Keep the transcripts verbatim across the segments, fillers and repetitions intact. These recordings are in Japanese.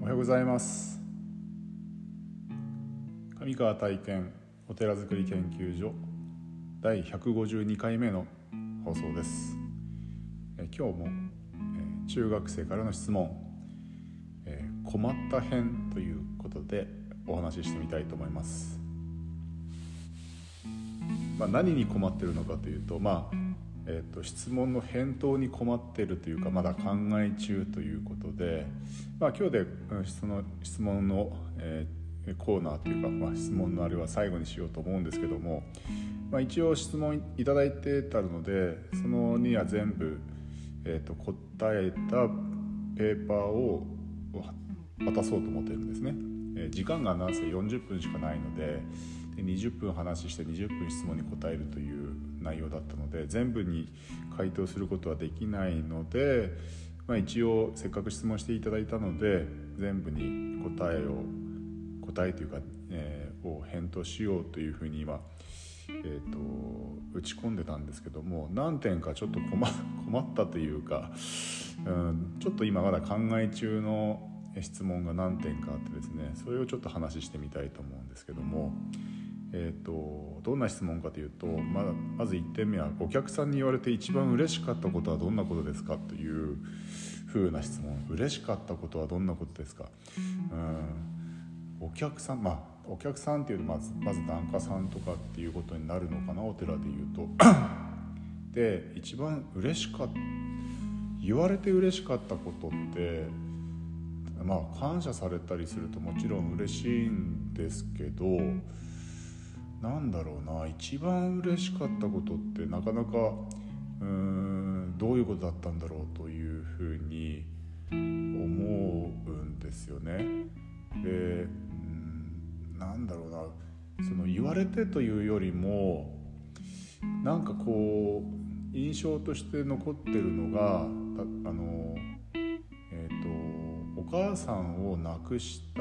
おはようございます。上川体験お寺づくり研究所だいひゃくごじゅうにかいめの放送です。え今日も、え中学生からの質問、え困った編ということでお話ししてみたいと思います。まあ、何に困っているのかというと、まあえー、と質問の返答に困っているというか、まだ考え中ということで、まあ、今日でその質問の、えー、コーナーというか、まあ、質問のあれは最後にしようと思うんですけども、まあ、一応質問いただいてたので、そのには全部、えー、と答えたペーパーを渡そうと思ってるんですね。えー、時間がなんせよんじゅっぷんしかないので、でにじゅっぷん話してにじゅっぷん質問に答えるという内容だったので、全部に回答することはできないので、まあ、一応せっかく質問していただいたので全部に答えを答えというか、えー、を返答しようというふうに今、えー、と打ち込んでたんですけども、何点かちょっと 困, 困ったというか、うん、ちょっと今まだ考え中の質問が何点かあってですね、それをちょっと話してみたいと思うんですけども、えー、とどんな質問かというと、 ま, まずいってんめは、お客さんに言われて一番嬉しかったことはどんなことですかという風な質問。嬉しかったことはどんなことですか。うん、お客さん、まあお客さんっていうとまずまず檀家さんとかっていうことになるのかな、お寺でいうとで、一番嬉しかった言われて嬉しかったことって、まあ感謝されたりするともちろん嬉しいんですけど、なんだろうな、一番嬉しかったことってなかなかうーんどういうことだったんだろうというふうに思うんですよね。で、うーんなんだろうな、その言われてというよりも、なんかこう印象として残ってるのが、あのえっとお母さんを亡くした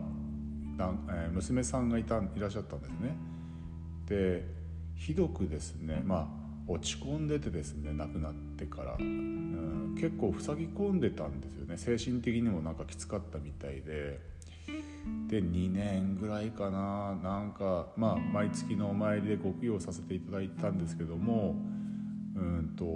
娘さんがいたいらっしゃったんですね。で、ひどくですね、まあ落ち込んでてですね、亡くなってから、うん、結構塞ぎ込んでたんですよね。精神的にもなんかきつかったみたいで、でにねんぐらいかな、なんかまあ毎月のお参りでご供養させていただいたんですけども、うんと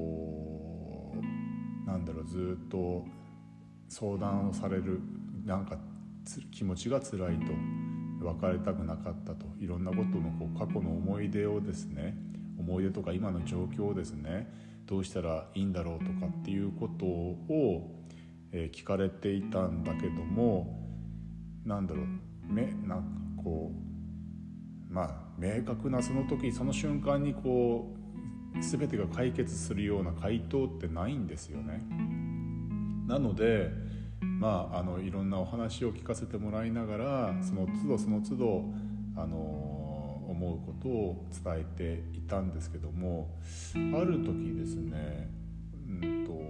なんだろう、ずっと相談をされる、なんか気持ちが辛いと、別れたくなかったと、いろんなことのこう過去の思い出をですね、思い出とか今の状況をですね、どうしたらいいんだろうとかっていうことを、えー、聞かれていたんだけども、なんだろう、めなんかこうまあ明確なその時その瞬間にこう全てが解決するような回答ってないんですよね。なので、まあ、あのいろんなお話を聞かせてもらいながら、その都度その都度あの思うことを伝えていたんですけども、ある時ですね、うんと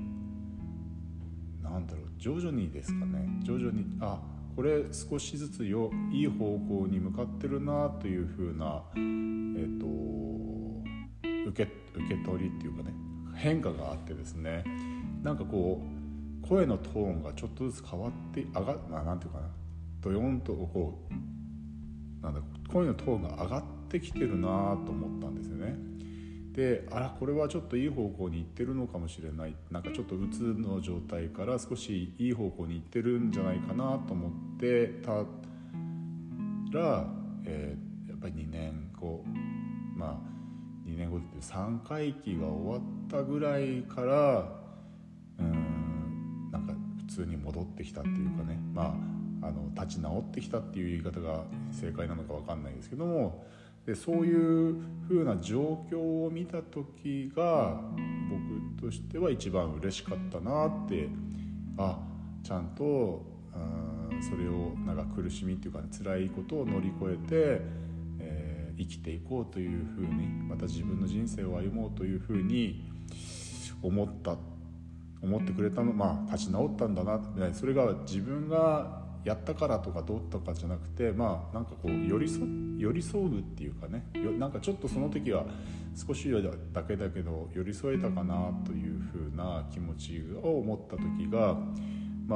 なんだろう、徐々にですかね、徐々にあこれ少しずつよいい方向に向かってるなというふうな、えー、と受け受け取りっていうかね、変化があってですね、なんかこう声のトーンがちょっとずつ変わって上がっなんていうかな、ドヨンとこうなんだ声のトーンが上がってきてるなと思ったんですよね。で、あらこれはちょっといい方向に行ってるのかもしれない、なんかちょっとうつの状態から少しいい方向に行ってるんじゃないかなと思ってたら、えー、やっぱりにねんご、まあにねんごってさんかいきが終わったぐらいから、うーんなんか普通に戻ってきたっていうかね、まああの立ち直ってきたっていう言い方が正解なのか分かんないですけども、でそういう風な状況を見た時が僕としては一番嬉しかったなって、あちゃんとうんそれをなんか苦しみっていうか、ね、辛いことを乗り越えて、えー、生きていこうという風に、また自分の人生を歩もうという風に思った思ってくれたの、まあ立ち直ったんだな、それが自分がやったからとかどうとかじゃなくて、まあなんかこう寄り添寄り添うっていうかね、なんかちょっとその時は少しだけだけど寄り添えたかなという風な気持ちを思った時が、まあ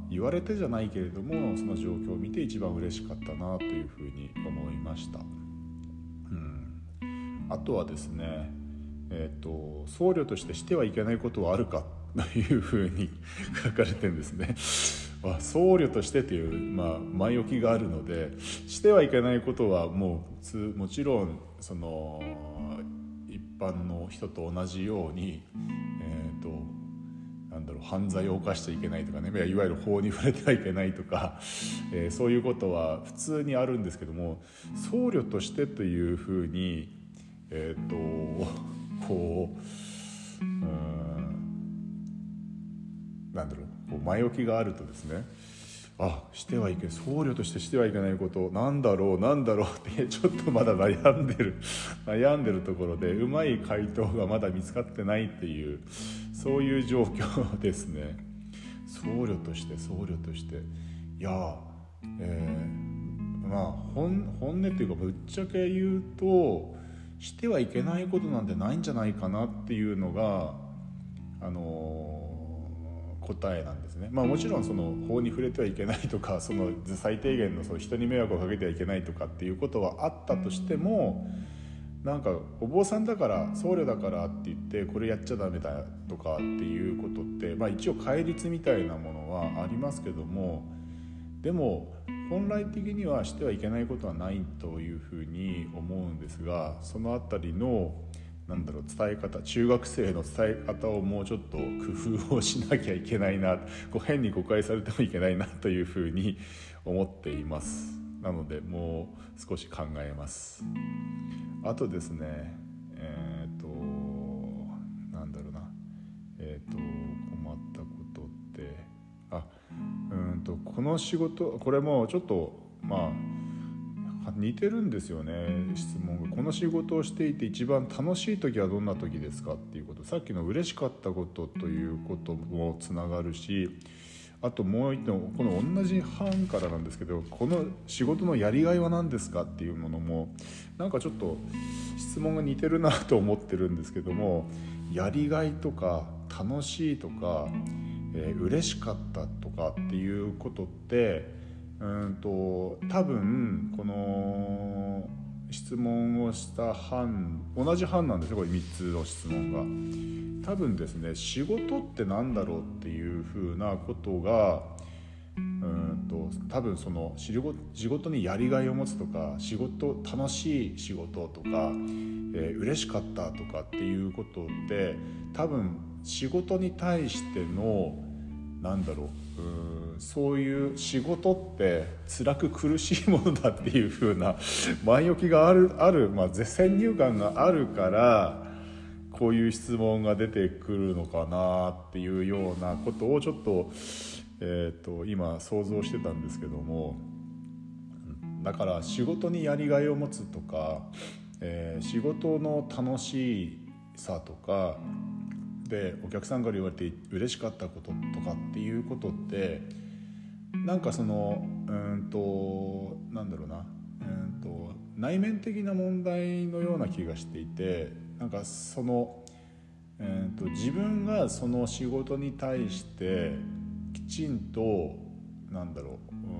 言われてじゃないけれどもその状況を見て一番嬉しかったなというふうに思いました。うん、あとはですね、えーと、僧侶としてしてはいけないことはあるかというふうに書かれてるんですね。僧侶としてという、まあ、前置きがあるので、してはいけないことはもうもちろんその一般の人と同じように、えーとなんだろう犯罪を犯しちゃいけないとかね、いわゆる法に触れてはいけないとか、えー、そういうことは普通にあるんですけども、僧侶としてというふうに、えーとこう、うーんなんだろうこう前置きがあるとですね、あしてはいけ僧侶としてしてはいけないことなんだろうなんだろうってちょっとまだ悩んでる悩んでるところで、うまい回答がまだ見つかってないっていう、そういう状況ですね。僧侶として僧侶としていや、えー、まあ 本, 本音というかぶっちゃけ言うとしてはいけないことなんてないんじゃないかなっていうのがあのー答えなんですね。まあ、もちろんその法に触れてはいけないとか、その最低限のその人に迷惑をかけてはいけないとかっていうことはあったとしても、なんかお坊さんだから僧侶だからって言ってこれやっちゃダメだとかっていうことって、まあ、一応戒律みたいなものはありますけども、でも本来的にはしてはいけないことはないというふうに思うんですが、そのあたりのなんだろう伝え方、中学生の伝え方をもうちょっと工夫をしなきゃいけないな、こう変に誤解されてもいけないなというふうに思っています。なのでもう少し考えます。あとですね、えっとなんだろうな、えっと困ったことってあうんとこの仕事、これもちょっとまあ似てるんですよね、質問が。この仕事をしていて一番楽しい時はどんな時ですかっていうこと、さっきの嬉しかったことということもつながるし、あともう一点この同じ班からなんですけど、この仕事のやりがいは何ですかっていうものもなんかちょっと質問が似てるなと思ってるんですけども、やりがいとか楽しいとか、えー、嬉しかったとかっていうことってうんと多分この質問をした班同じ班なんですよ、これみっつの質問が。多分ですね、仕事ってなんだろうっていうふうなことがうんと多分その仕事にやりがいを持つとか、仕事楽しい仕事とか、えー、嬉しかったとかっていうことって多分仕事に対してのなんだろう、うーんそういう仕事って辛く苦しいものだっていう風な前置きがある、あるまあ、先入観があるからこういう質問が出てくるのかなっていうようなことをちょっと、えーと、今想像してたんですけども、だから仕事にやりがいを持つとか、えー、仕事の楽しさとかでお客さんから言われて嬉しかったこととかっていうことってなんかそのうんとなんだろうなうんと内面的な問題のような気がしていて、なんかそのうんと自分がその仕事に対してきちんとなんだろう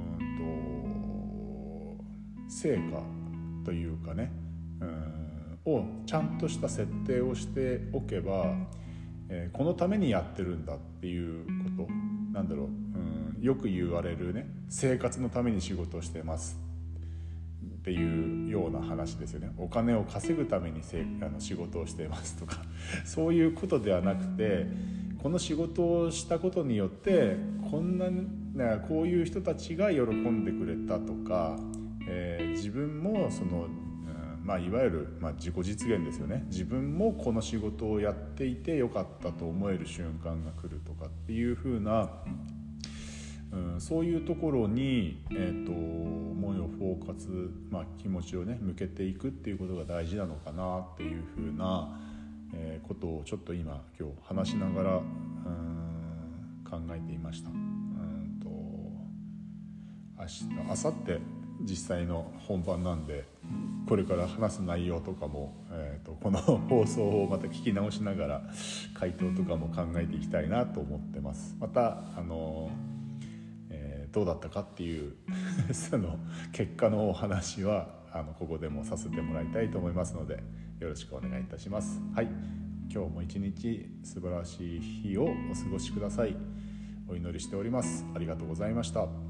うんと成果というかねうんをちゃんとした設定をしておけば、えー、このためにやってるんだっていうこと、なんだろう、うん、よく言われるね、生活のために仕事をしてますっていうような話ですよね。お金を稼ぐためにせあの仕事をしていますとかそういうことではなくて、この仕事をしたことによってこんなこういう人たちが喜んでくれたとか、えー、自分もそのまあ、いわゆる、まあ、自己実現ですよね。自分もこの仕事をやっていてよかったと思える瞬間が来るとかっていう風な、うん、そういうところに、えーと、思いをフォーカス、まあ、気持ちをね向けていくっていうことが大事なのかなっていう風な、えー、ことをちょっと今今日話しながら、うん、考えていました。うんと明日明後日実際の本番なんで、これから話す内容とかも、えーと、この放送をまた聞き直しながら回答とかも考えていきたいなと思ってます。またあの、 ー、どうだったかっていうその結果のお話はあのここでもさせてもらいたいと思いますので、よろしくお願いいたします。はい、今日も一日素晴らしい日をお過ごしください。お祈りしております。ありがとうございました。